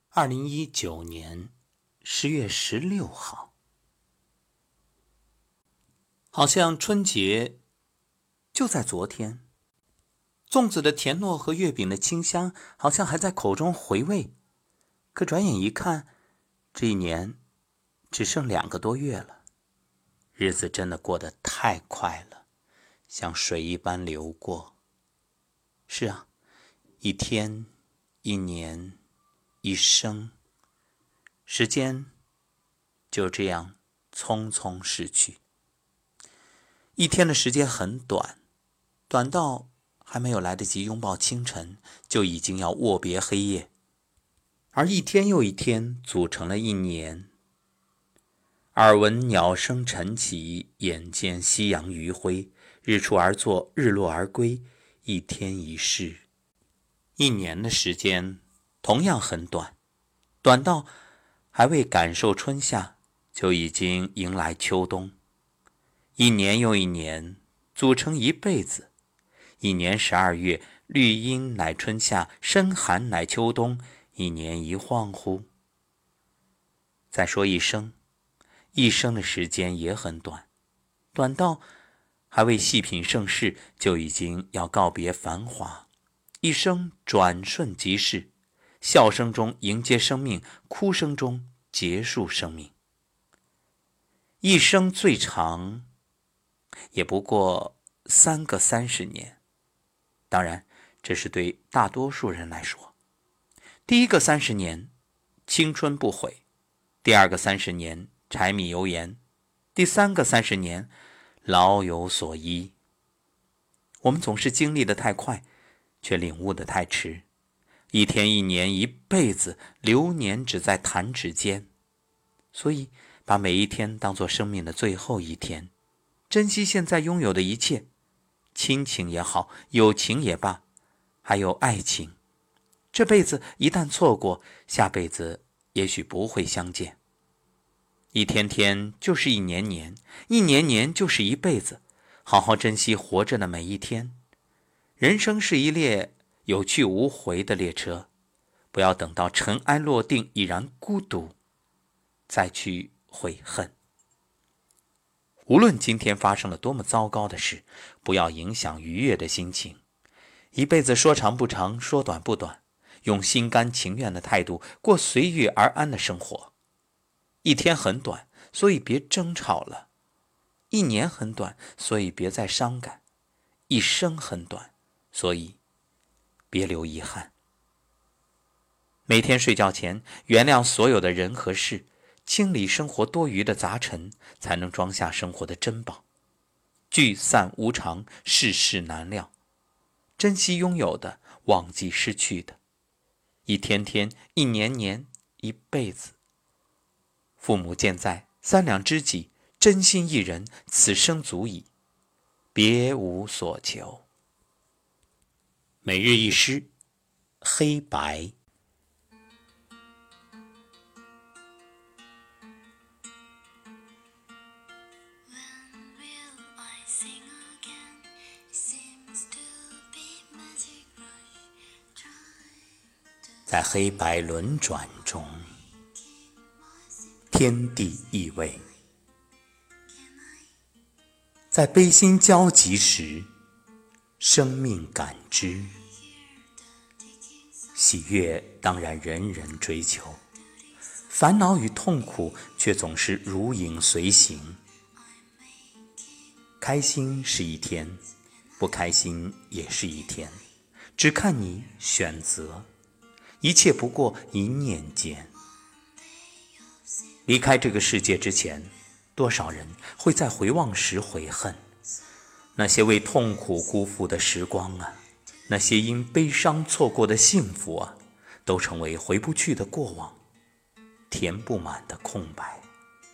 2019年10月16号，好像春节就在昨天，粽子的甜糯和月饼的清香好像还在口中回味，可转眼一看，这一年只剩2个多月了。日子真的过得太快了，像水一般流过。是啊，一天，一年，一生，时间就这样匆匆逝去。一天的时间很短，短到还没有来得及拥抱清晨，就已经要握别黑夜。而一天又一天组成了一年。耳闻鸟声晨起，眼见夕阳余晖，日出而作，日落而归，一天一世。一年的时间同样很短，短到还未感受春夏，就已经迎来秋冬。一年又一年组成一辈子，一年12月，绿阴乃春夏，深寒乃秋冬，一年一晃乎。再说一生，一生的时间也很短，短到还未细品盛世，就已经要告别繁华。一生转瞬即逝，笑声中迎接生命，哭声中结束生命。一生最长也不过3个30年，当然这是对大多数人来说。第一个30年青春不悔，第二个30年柴米油盐，第3个30年老有所依。我们总是经历得太快，却领悟得太迟。一天一年一辈子，流年只在弹指间。所以把每一天当作生命的最后一天，珍惜现在拥有的一切，亲情也好，友情也罢，还有爱情。这辈子一旦错过，下辈子也许不会相见。一天天就是一年年，一年年就是一辈子，好好珍惜活着的每一天。人生是一列有去无回的列车，不要等到尘埃落定已然孤独，再去悔恨。无论今天发生了多么糟糕的事，不要影响愉悦的心情。一辈子说长不长，说短不短，用心甘情愿的态度过随遇而安的生活。一天很短，所以别争吵了；一年很短，所以别再伤感；一生很短，所以别留遗憾。每天睡觉前，原谅所有的人和事，清理生活多余的杂陈，才能装下生活的珍宝。聚散无常，世事难料，珍惜拥有的，忘记失去的。一天天，一年年，一辈子。父母健在，3两知己，真心一人，此生足矣，别无所求。每日一诗，黑白。在黑白轮转中，天地易位，在悲心交集时，生命感知。喜悦当然人人追求，烦恼与痛苦却总是如影随形。开心是一天，不开心也是一天，只看你选择。一切不过一念间。离开这个世界之前，多少人会在回望时悔恨？那些为痛苦辜负的时光啊，那些因悲伤错过的幸福啊，都成为回不去的过往，填不满的空白。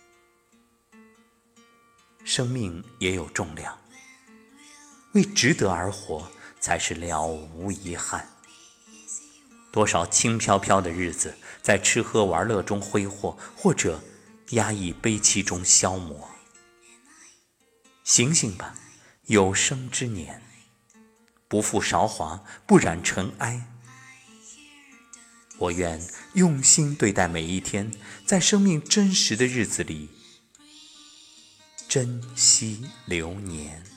生命也有重量，为值得而活，才是了无遗憾。多少轻飘飘的日子，在吃喝玩乐中挥霍，或者压抑悲戚中消磨。醒醒吧，有生之年，不负韶华，不染尘埃。 我愿用心对待每一天，在生命真实的日子里珍惜流年。